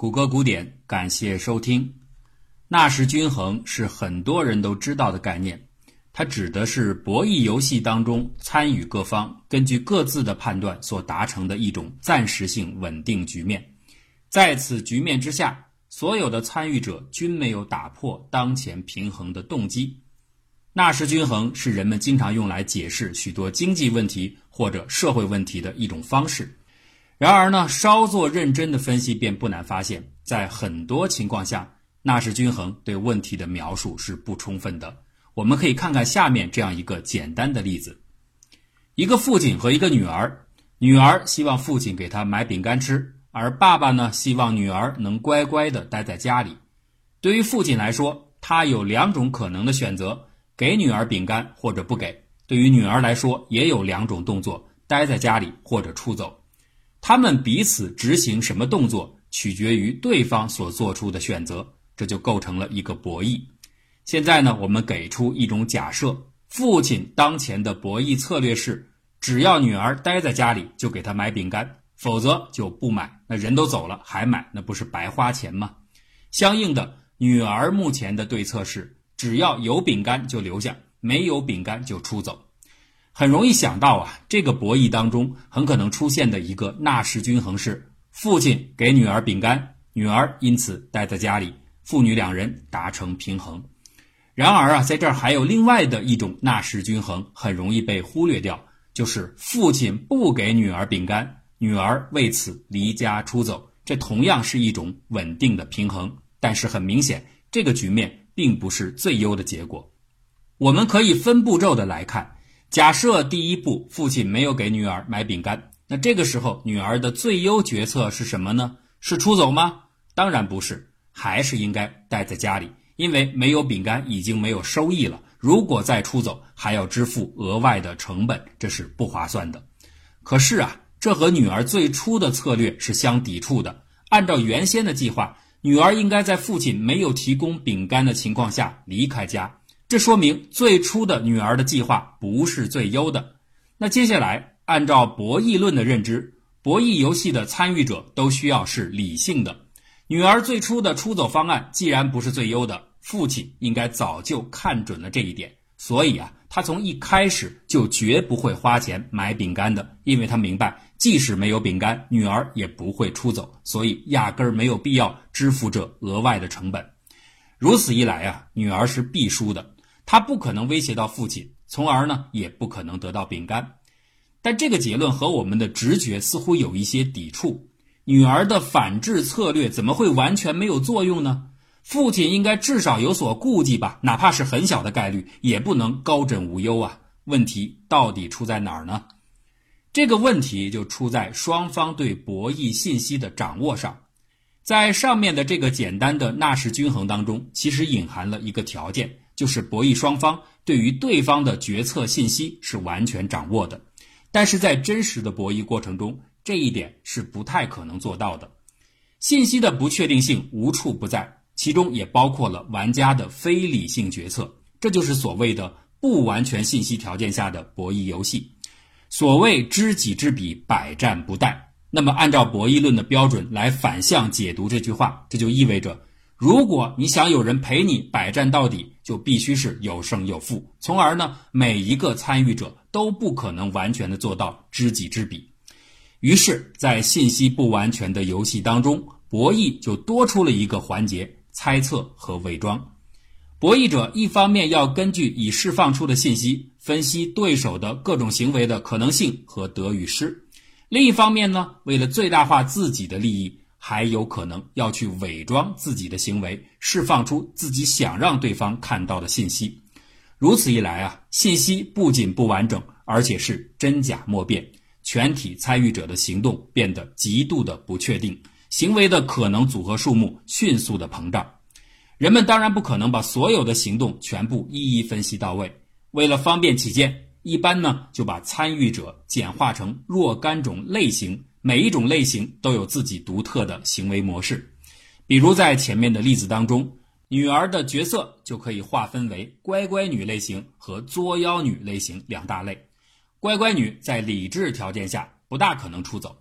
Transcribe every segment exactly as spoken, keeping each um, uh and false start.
谷歌古典，感谢收听。纳什均衡是很多人都知道的概念，它指的是博弈游戏当中参与各方根据各自的判断所达成的一种暂时性稳定局面。在此局面之下，所有的参与者均没有打破当前平衡的动机。纳什均衡是人们经常用来解释许多经济问题或者社会问题的一种方式。然而呢，稍作认真的分析便不难发现，在很多情况下，纳什均衡对问题的描述是不充分的。我们可以看看下面这样一个简单的例子。一个父亲和一个女儿，女儿希望父亲给她买饼干吃，而爸爸呢，希望女儿能乖乖地待在家里。对于父亲来说，他有两种可能的选择，给女儿饼干或者不给。对于女儿来说，也有两种动作，待在家里或者出走。他们彼此执行什么动作，取决于对方所做出的选择，这就构成了一个博弈。现在呢，我们给出一种假设，父亲当前的博弈策略是，只要女儿待在家里就给她买饼干，否则就不买。那人都走了还买，那不是白花钱吗？相应的，女儿目前的对策是，只要有饼干就留下，没有饼干就出走。很容易想到啊，这个博弈当中很可能出现的一个纳什均衡是，父亲给女儿饼干，女儿因此待在家里，父女两人达成平衡。然而啊，在这儿还有另外的一种纳什均衡很容易被忽略掉，就是父亲不给女儿饼干，女儿为此离家出走，这同样是一种稳定的平衡，但是很明显，这个局面并不是最优的结果。我们可以分步骤的来看，假设第一步父亲没有给女儿买饼干，那这个时候女儿的最优决策是什么呢？是出走吗？当然不是，还是应该待在家里，因为没有饼干已经没有收益了，如果再出走还要支付额外的成本，这是不划算的。可是啊，这和女儿最初的策略是相抵触的。按照原先的计划，女儿应该在父亲没有提供饼干的情况下离开家，这说明最初的女儿的计划不是最优的。那接下来，按照博弈论的认知，博弈游戏的参与者都需要是理性的。女儿最初的出走方案既然不是最优的，父亲应该早就看准了这一点，所以啊，他从一开始就绝不会花钱买饼干的，因为他明白，即使没有饼干，女儿也不会出走，所以压根儿没有必要支付这额外的成本。如此一来啊，女儿是必输的，她不可能威胁到父亲，从而呢，也不可能得到饼干。但这个结论和我们的直觉似乎有一些抵触。女儿的反制策略怎么会完全没有作用呢？父亲应该至少有所顾忌吧，哪怕是很小的概率，也不能高枕无忧啊。问题到底出在哪儿呢？这个问题就出在双方对博弈信息的掌握上。在上面的这个简单的纳什均衡当中，其实隐含了一个条件，就是博弈双方对于对方的决策信息是完全掌握的。但是在真实的博弈过程中，这一点是不太可能做到的。信息的不确定性无处不在，其中也包括了玩家的非理性决策，这就是所谓的不完全信息条件下的博弈游戏。所谓知己知彼，百战不殆。那么按照博弈论的标准来反向解读这句话，这就意味着，如果你想有人陪你百战到底，就必须是有胜有负，从而呢，每一个参与者都不可能完全的做到知己知彼。于是在信息不完全的游戏当中，博弈就多出了一个环节，猜测和伪装。博弈者一方面要根据已释放出的信息，分析对手的各种行为的可能性和得与失。另一方面呢，为了最大化自己的利益，还有可能要去伪装自己的行为，释放出自己想让对方看到的信息。如此一来啊，信息不仅不完整，而且是真假莫辨。全体参与者的行动变得极度的不确定，行为的可能组合数目迅速的膨胀。人们当然不可能把所有的行动全部一一分析到位，为了方便起见，一般呢就把参与者简化成若干种类型，每一种类型都有自己独特的行为模式。比如在前面的例子当中，女儿的角色就可以划分为乖乖女类型和作妖女类型两大类。乖乖女在理智条件下不大可能出走，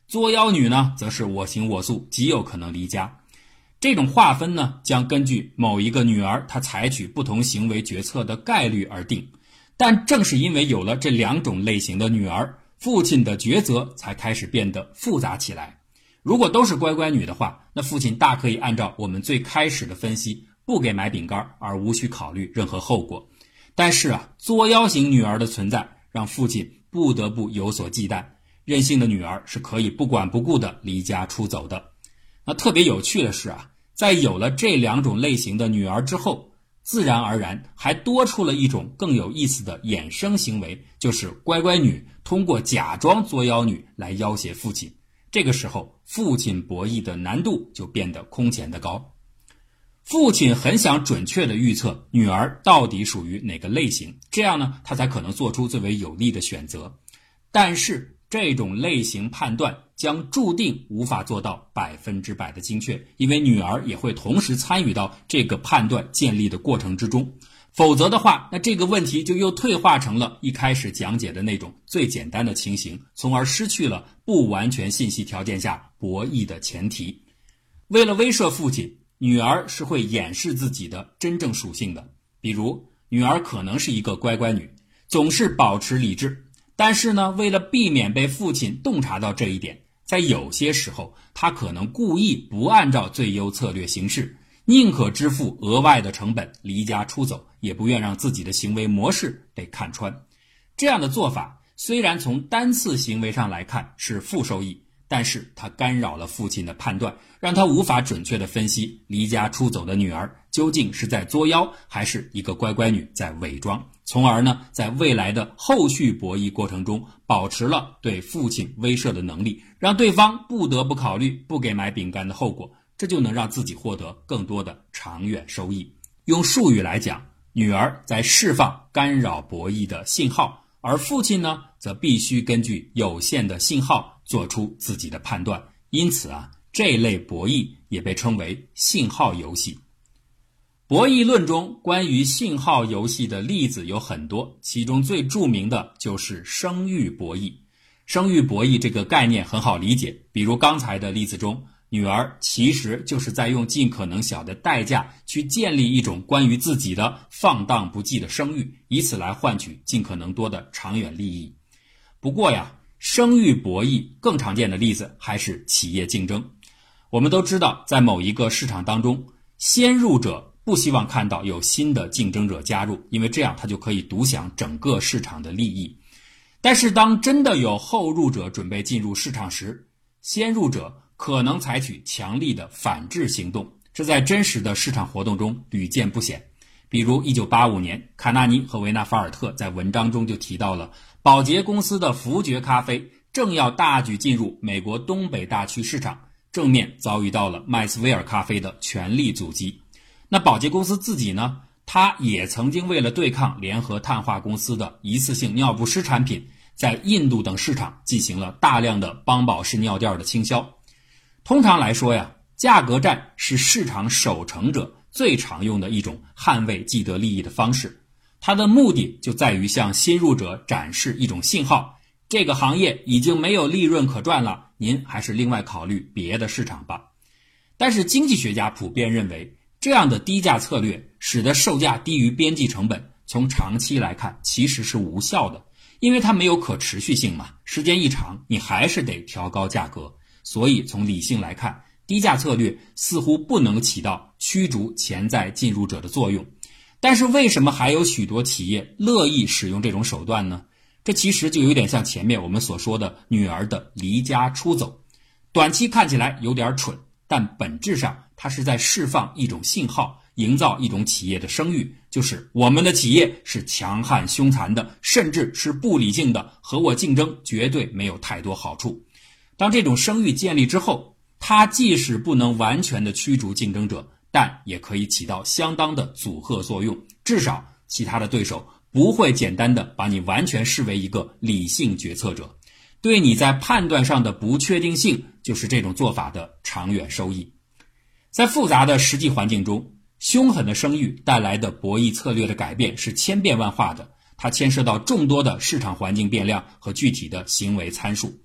作妖女呢，则是我行我素，极有可能离家。这种划分呢，将根据某一个女儿她采取不同行为决策的概率而定。但正是因为有了这两种类型的女儿，父亲的抉择才开始变得复杂起来。如果都是乖乖女的话，那父亲大可以按照我们最开始的分析，不给买饼干，而无需考虑任何后果。但是啊，作妖型女儿的存在，让父亲不得不有所忌惮。任性的女儿是可以不管不顾的离家出走的。那特别有趣的是啊，在有了这两种类型的女儿之后，自然而然还多出了一种更有意思的衍生行为，就是乖乖女通过假装作妖女来要挟父亲。这个时候，父亲博弈的难度就变得空前的高。父亲很想准确地预测女儿到底属于哪个类型，这样呢，他才可能做出最为有利的选择。但是这种类型判断将注定无法做到百分之百的精确，因为女儿也会同时参与到这个判断建立的过程之中。否则的话，那这个问题就又退化成了一开始讲解的那种最简单的情形，从而失去了不完全信息条件下博弈的前提。为了威慑父亲，女儿是会掩饰自己的真正属性的。比如，女儿可能是一个乖乖女，总是保持理智，但是呢，为了避免被父亲洞察到这一点，在有些时候，她可能故意不按照最优策略行事，宁可支付额外的成本离家出走，也不愿让自己的行为模式被看穿。这样的做法虽然从单次行为上来看是负收益，但是它干扰了父亲的判断，让他无法准确地分析离家出走的女儿究竟是在作妖还是一个乖乖女在伪装，从而呢，在未来的后续博弈过程中保持了对父亲威慑的能力，让对方不得不考虑不给买饼干的后果，这就能让自己获得更多的长远收益。用术语来讲，女儿在释放干扰博弈的信号，而父亲呢，则必须根据有限的信号做出自己的判断。因此啊，这类博弈也被称为信号游戏。博弈论中关于信号游戏的例子有很多，其中最著名的就是生育博弈。生育博弈这个概念很好理解，比如刚才的例子中，女儿其实就是在用尽可能小的代价去建立一种关于自己的放荡不羁的生育，以此来换取尽可能多的长远利益。不过呀，生育博弈更常见的例子还是企业竞争。我们都知道，在某一个市场当中，先入者不希望看到有新的竞争者加入，因为这样他就可以独享整个市场的利益。但是当真的有后入者准备进入市场时，先入者可能采取强力的反制行动，这在真实的市场活动中屡见不鲜。比如一九八五年，卡纳尼和维纳法尔特在文章中就提到了宝洁公司的福爵咖啡正要大举进入美国东北大区市场，正面遭遇到了麦斯威尔咖啡的全力阻击。那宝洁公司自己呢，它也曾经为了对抗联合碳化公司的一次性尿不湿产品，在印度等市场进行了大量的邦宝适尿垫的倾销。通常来说呀，价格战是市场守成者最常用的一种捍卫既得利益的方式，它的目的就在于向新入者展示一种信号，这个行业已经没有利润可赚了，您还是另外考虑别的市场吧。但是经济学家普遍认为，这样的低价策略使得售价低于边际成本，从长期来看其实是无效的，因为它没有可持续性嘛，时间一长你还是得调高价格。所以从理性来看，低价策略似乎不能起到驱逐潜在进入者的作用。但是为什么还有许多企业乐意使用这种手段呢？这其实就有点像前面我们所说的女儿的离家出走。短期看起来有点蠢，但本质上它是在释放一种信号，营造一种企业的声誉，就是我们的企业是强悍凶残的，甚至是不理性的，和我竞争绝对没有太多好处。当这种声誉建立之后，它即使不能完全的驱逐竞争者，但也可以起到相当的阻吓作用，至少其他的对手不会简单的把你完全视为一个理性决策者。对你在判断上的不确定性，就是这种做法的长远收益。在复杂的实际环境中，凶狠的声誉带来的博弈策略的改变是千变万化的，它牵涉到众多的市场环境变量和具体的行为参数。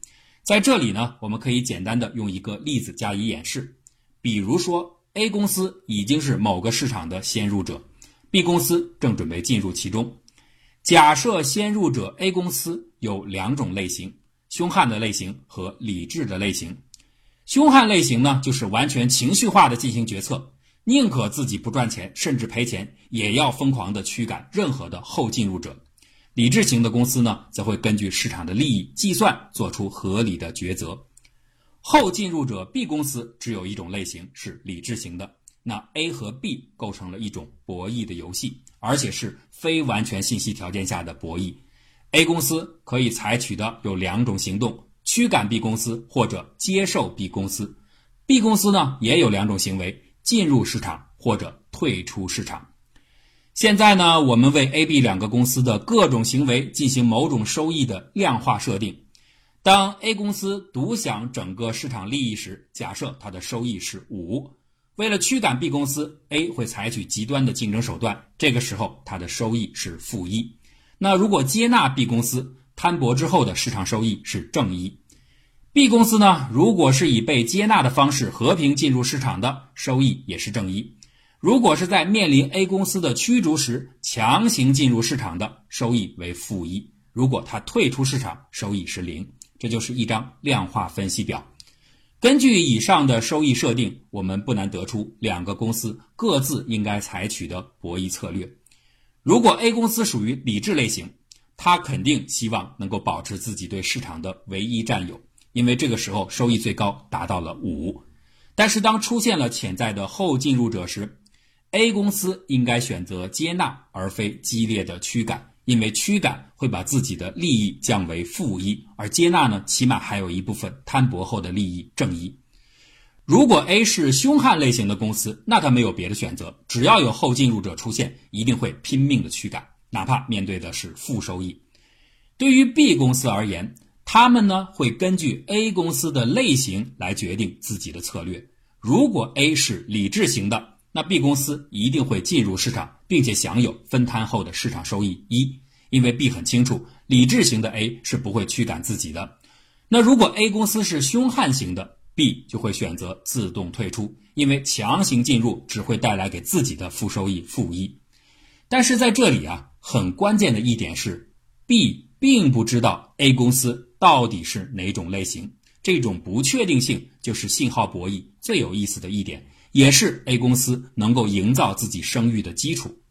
在这里呢，我们可以简单的用一个例子加以演示。比如说 A 公司已经是某个市场的先入者， B 公司正准备进入其中。假设先入者 A 公司有两种类型，凶悍的类型和理智的类型。凶悍类型呢，就是完全情绪化的进行决策，宁可自己不赚钱甚至赔钱，也要疯狂的驱赶任何的后进入者。理智型的公司呢，则会根据市场的利益计算，做出合理的抉择。后进入者 B 公司只有一种类型是理智型的，那 A 和 B 构成了一种博弈的游戏，而且是非完全信息条件下的博弈。 A 公司可以采取的有两种行动，驱赶 B 公司或者接受 B 公司。 B 公司呢，也有两种行为，进入市场或者退出市场。现在呢，我们为 A、B 两个公司的各种行为进行某种收益的量化设定。当 A 公司独享整个市场利益时，假设它的收益是五。为了驱赶 B 公司， A 会采取极端的竞争手段，这个时候它的收益是负一。那如果接纳 B 公司，摊薄之后的市场收益是正一。 B 公司呢，如果是以被接纳的方式和平进入市场的，收益也是正一。如果是在面临 A 公司的驱逐时强行进入市场的，收益为负一。如果它退出市场，收益是零。这就是一张量化分析表。根据以上的收益设定，我们不难得出两个公司各自应该采取的博弈策略。如果 A 公司属于理智类型，它肯定希望能够保持自己对市场的唯一占有，因为这个时候收益最高达到了五。但是当出现了潜在的后进入者时， A 公司应该选择接纳而非激烈的驱赶，因为驱赶会把自己的利益降为负一，而接纳呢，起码还有一部分摊薄后的利益正一。如果 A 是凶悍类型的公司，那他没有别的选择，只要有后进入者出现，一定会拼命的驱赶，哪怕面对的是负收益。对于 B 公司而言，他们呢会根据 A 公司的类型来决定自己的策略。如果 A 是理智型的，那 B 公司一定会进入市场，并且享有分摊后的市场收益一，因为 B 很清楚理智型的 A 是不会驱赶自己的。那如果 A 公司是凶悍型的， B 就会选择自动退出，因为强行进入只会带来给自己的负收益负一。但是在这里啊，很关键的一点是 B 并不知道 A 公司到底是哪种类型，这种不确定性就是信号博弈最有意思的一点，也是 A 公司能够营造自己声誉的基础。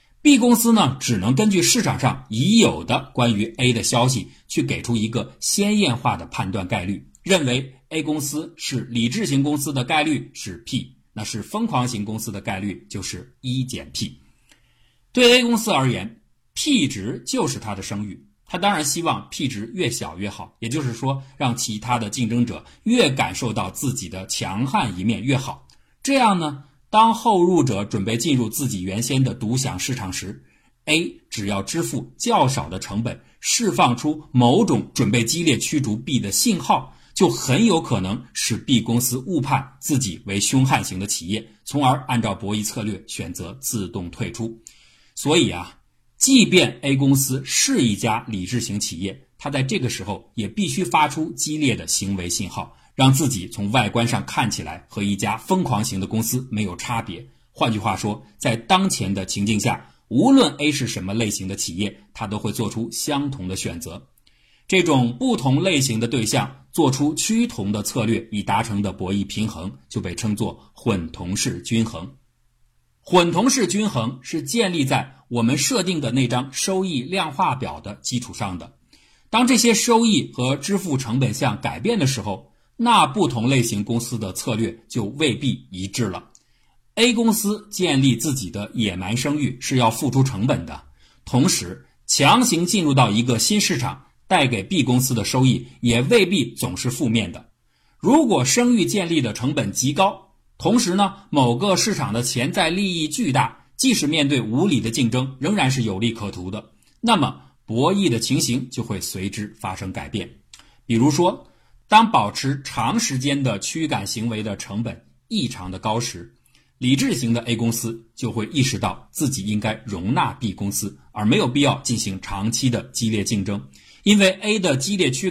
B 公司呢，只能根据市场上已有的关于 A 的消息去给出一个鲜艳化的判断概率，认为 A 公司是理智型公司的概率是 P， 那是疯狂型公司的概率就是一减 P。 对 A 公司而言， P 值就是它的声誉，他当然希望 P 值越小越好，也就是说让其他的竞争者越感受到自己的强悍一面越好。这样呢，当后入者准备进入自己原先的独享市场时， A 只要支付较少的成本，释放出某种准备激烈驱逐 B 的信号，就很有可能使 B 公司误判自己为凶悍型的企业，从而按照博弈策略选择自动退出。所以啊，即便 A 公司是一家理智型企业，它在这个时候也必须发出激烈的行为信号，让自己从外观上看起来和一家疯狂型的公司没有差别。换句话说，在当前的情境下，无论 A 是什么类型的企业，它都会做出相同的选择。这种不同类型的对象做出趋同的策略以达成的博弈平衡，就被称作混同式均衡。混同式均衡是建立在我们设定的那张收益量化表的基础上的。当这些收益和支付成本项改变的时候，那不同类型公司的策略就未必一致了。 A 公司建立自己的野蛮声誉是要付出成本的，同时强行进入到一个新市场带给 B 公司的收益也未必总是负面的。如果声誉建立的成本极高，同时呢，某个市场的潜在利益巨大，即使面对无理的竞争仍然是有利可图的，那么博弈的情形就会随之发生改变。比如说，当保持长时间的驱赶行为的成本异常的高时，理智型的 A 公司就会意识到自己应该容纳 B 公司，而没有必要进行长期的激烈竞争，因为 A 的激烈驱赶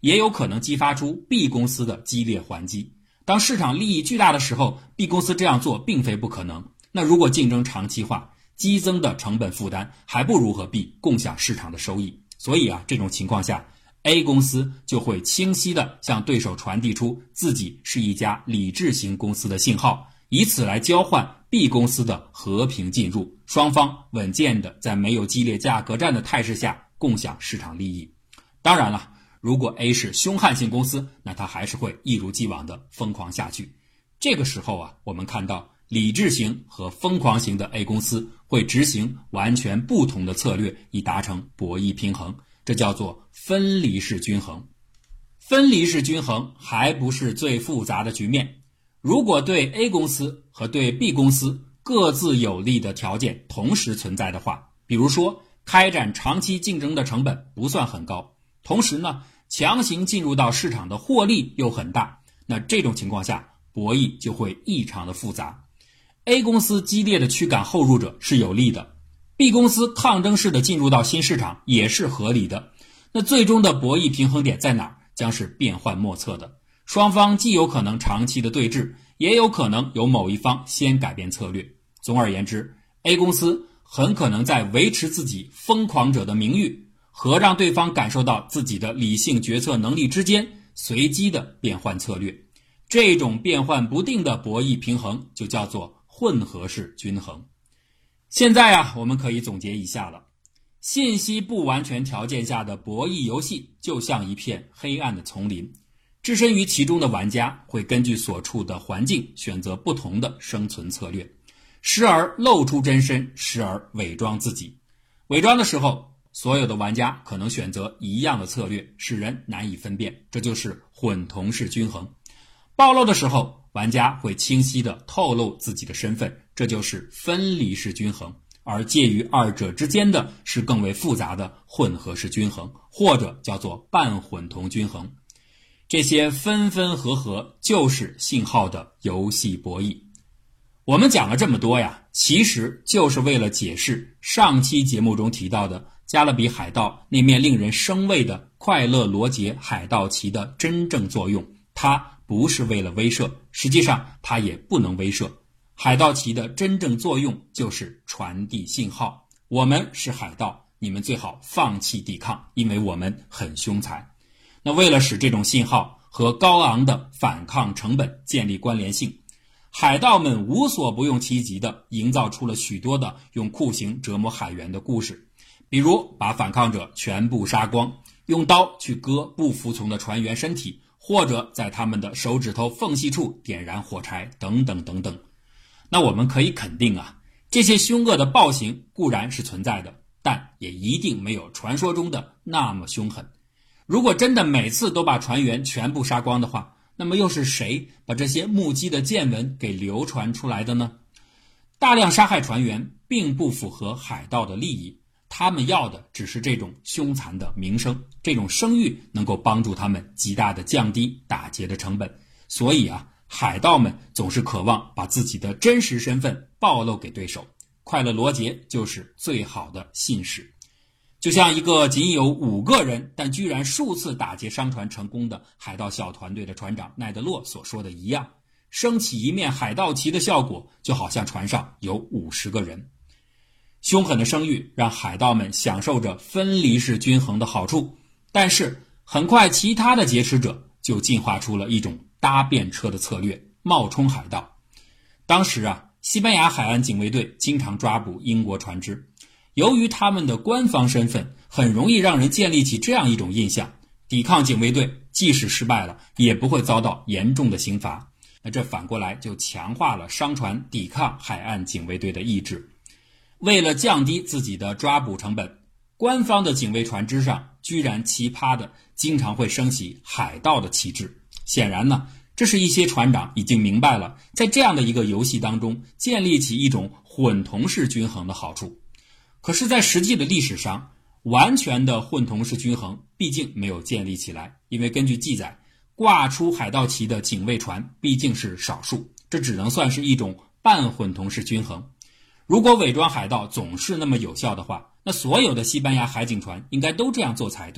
也有可能激发出 B 公司的激烈还击。当市场利益巨大的时候， B 公司这样做并非不可能。那如果竞争长期化，激增的成本负担还不如和 B 共享市场的收益。所以啊，这种情况下 A 公司就会清晰地向对手传递出自己是一家理智型公司的信号，以此来交换 B 公司的和平进入，双方稳健地在没有激烈价格战的态势下共享市场利益。当然了，如果 A 是凶悍性公司，那它还是会一如既往地疯狂下去。这个时候啊，我们看到理智型和疯狂型的 A 公司会执行完全不同的策略，以达成博弈平衡，这叫做分离式均衡。分离式均衡还不是最复杂的局面。如果对 A 公司和对 B 公司各自有利的条件同时存在的话，比如说开展长期竞争的成本不算很高，同时呢，强行进入到市场的获利又很大，那这种情况下博弈就会异常的复杂。A 公司激烈的驱赶后入者是有利的， B 公司抗争式的进入到新市场也是合理的。那最终的博弈平衡点在哪儿，将是变幻莫测的。双方既有可能长期的对峙，也有可能有某一方先改变策略。总而言之， A 公司很可能在维持自己疯狂者的名誉和让对方感受到自己的理性决策能力之间随机的变换策略。这种变幻不定的博弈平衡就叫做混合式均衡。现在啊，我们可以总结一下了。信息不完全条件下的博弈游戏就像一片黑暗的丛林，置身于其中的玩家会根据所处的环境选择不同的生存策略，时而露出真身，时而伪装自己。伪装的时候，所有的玩家可能选择一样的策略，使人难以分辨，这就是混同式均衡。暴露的时候，玩家会清晰地透露自己的身份，这就是分离式均衡。而介于二者之间的是更为复杂的混合式均衡，或者叫做半混同均衡。这些分分合合就是信号的游戏博弈。我们讲了这么多呀，其实就是为了解释上期节目中提到的加勒比海盗那面令人生畏的快乐罗杰海盗旗的真正作用。它不是为了威慑，实际上它也不能威慑。海盗旗的真正作用就是传递信号，我们是海盗，你们最好放弃抵抗，因为我们很凶残。那为了使这种信号和高昂的反抗成本建立关联性，海盗们无所不用其极地营造出了许多的用酷刑折磨海员的故事，比如把反抗者全部杀光，用刀去割不服从的船员身体，或者在他们的手指头缝隙处点燃火柴，等等等等。那我们可以肯定啊，这些凶恶的暴行固然是存在的，但也一定没有传说中的那么凶狠。如果真的每次都把船员全部杀光的话，那么又是谁把这些目击的见闻给流传出来的呢？大量杀害船员并不符合海盗的利益，他们要的只是这种凶残的名声，这种声誉能够帮助他们极大的降低打劫的成本。所以啊，海盗们总是渴望把自己的真实身份暴露给对手，快乐罗杰就是最好的信使。就像一个仅有五个人但居然数次打劫商船成功的海盗小团队的船长奈德洛所说的一样，升起一面海盗旗的效果就好像船上有五十个人。凶狠的声誉让海盗们享受着分离式均衡的好处，但是很快其他的劫持者就进化出了一种搭便车的策略，冒充海盗。当时啊，西班牙海岸警卫队经常抓捕英国船只，由于他们的官方身份，很容易让人建立起这样一种印象，抵抗警卫队即使失败了，也不会遭到严重的刑罚。那这反过来就强化了商船抵抗海岸警卫队的意志。为了降低自己的抓捕成本，官方的警卫船只上居然奇葩的经常会升起海盗的旗帜。显然呢，这是一些船长已经明白了在这样的一个游戏当中建立起一种混同式均衡的好处。可是在实际的历史上，完全的混同式均衡毕竟没有建立起来，因为根据记载，挂出海盗旗的警卫船毕竟是少数，这只能算是一种半混同式均衡。如果伪装海盗总是那么有效的话，那所有的西班牙海警船应该都这样做才对。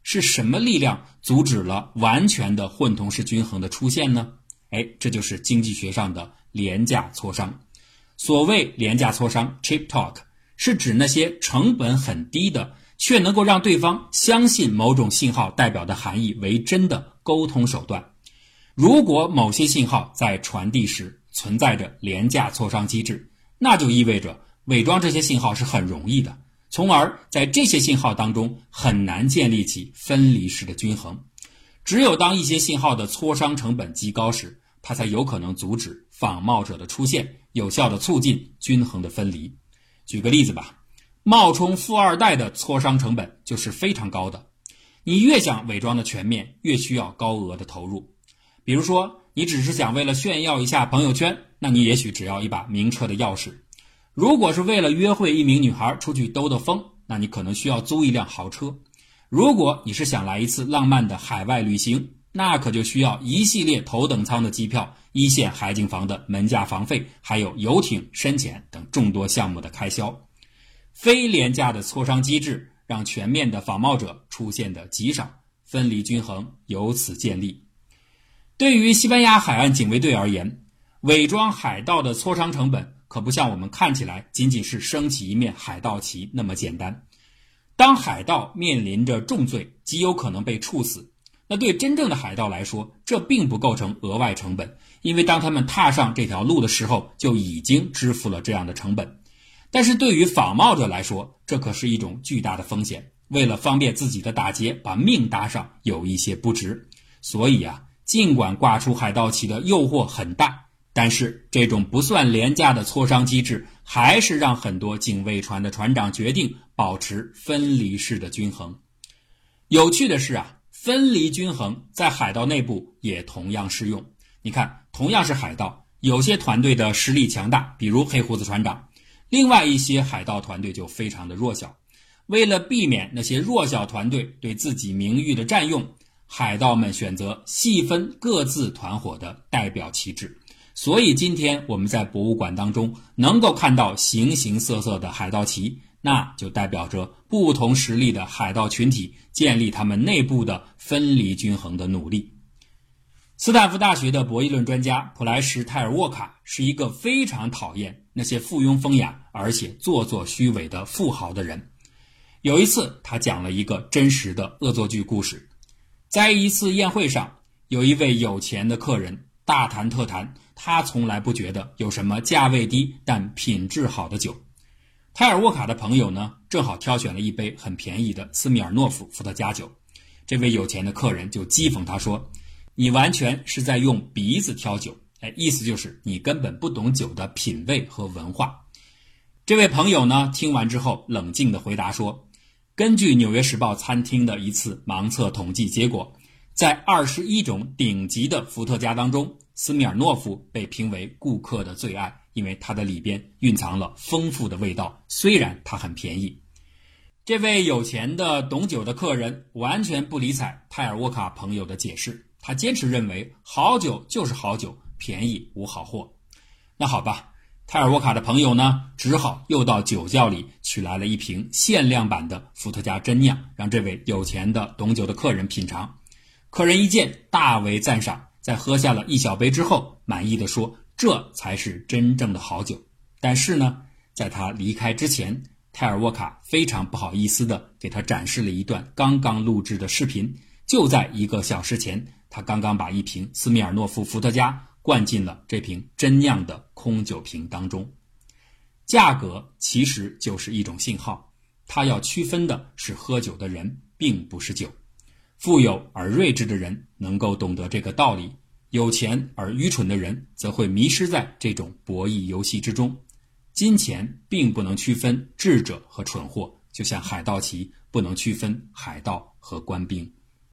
是什么力量阻止了完全的混同式均衡的出现呢？哎，这就是经济学上的廉价磋商。所谓廉价磋商 cheap talk， 是指那些成本很低的却能够让对方相信某种信号代表的含义为真的沟通手段。如果某些信号在传递时存在着廉价磋商机制，那就意味着伪装这些信号是很容易的，从而在这些信号当中很难建立起分离式的均衡。只有当一些信号的磋商成本极高时，它才有可能阻止仿冒者的出现，有效地促进均衡的分离。举个例子吧，冒充富二代的磋商成本就是非常高的，你越想伪装的全面，越需要高额的投入。比如说，你只是想为了炫耀一下朋友圈，那你也许只要一把名车的钥匙。如果是为了约会一名女孩出去兜兜风，那你可能需要租一辆豪车。如果你是想来一次浪漫的海外旅行，那可就需要一系列头等舱的机票、一线海景房的门价房费，还有游艇、深潜等众多项目的开销。非廉价的磋商机制让全面的仿冒者出现的极少，分离均衡由此建立。对于西班牙海岸警卫队而言，伪装海盗的磋商成本可不像我们看起来仅仅是升起一面海盗旗那么简单。当海盗面临着重罪，极有可能被处死，那对真正的海盗来说，这并不构成额外成本，因为当他们踏上这条路的时候，就已经支付了这样的成本。但是对于仿冒者来说，这可是一种巨大的风险，为了方便自己的打劫，把命搭上有一些不值。所以啊，尽管挂出海盗旗的诱惑很大，但是这种不算廉价的磋商机制还是让很多警卫船的船长决定保持分离式的均衡。有趣的是啊，分离均衡在海盗内部也同样适用。你看，同样是海盗，有些团队的实力强大，比如黑胡子船长，另外一些海盗团队就非常的弱小。为了避免那些弱小团队对自己名誉的占用，海盗们选择细分各自团伙的代表旗帜。所以今天我们在博物馆当中能够看到形形色色的海盗旗，那就代表着不同实力的海盗群体建立他们内部的分离均衡的努力。斯坦福大学的博弈论专家普莱什泰尔沃卡是一个非常讨厌那些附庸风雅而且做作虚伪的富豪的人。有一次他讲了一个真实的恶作剧故事。在一次宴会上，有一位有钱的客人大谈特谈，他从来不觉得有什么价位低但品质好的酒。泰尔沃卡的朋友呢，正好挑选了一杯很便宜的斯米尔诺夫伏特加酒。这位有钱的客人就讥讽他说，你完全是在用鼻子挑酒，哎，意思就是你根本不懂酒的品味和文化。这位朋友呢，听完之后冷静地回答说，根据纽约时报餐厅的一次盲测统计结果，在二十一种顶级的伏特加当中，斯米尔诺夫被评为顾客的最爱，因为它的里边蕴藏了丰富的味道，虽然它很便宜。这位有钱的懂酒的客人完全不理睬泰尔沃卡朋友的解释，他坚持认为好酒就是好酒，便宜无好货。那好吧，泰尔沃卡的朋友呢，只好又到酒窖里取来了一瓶限量版的伏特加真酿，让这位有钱的懂酒的客人品尝。客人一见大为赞赏，在喝下了一小杯之后，满意地说，这才是真正的好酒。但是呢，在他离开之前，泰尔沃卡非常不好意思地给他展示了一段刚刚录制的视频。就在一个小时前，他刚刚把一瓶斯米尔诺夫伏特加灌进了这瓶真酿的空酒瓶当中。价格其实就是一种信号，它要区分的是喝酒的人，并不是酒。富有而睿智的人能够懂得这个道理，有钱而愚蠢的人则会迷失在这种博弈游戏之中。金钱并不能区分智者和蠢货，就像海盗旗不能区分海盗和官兵。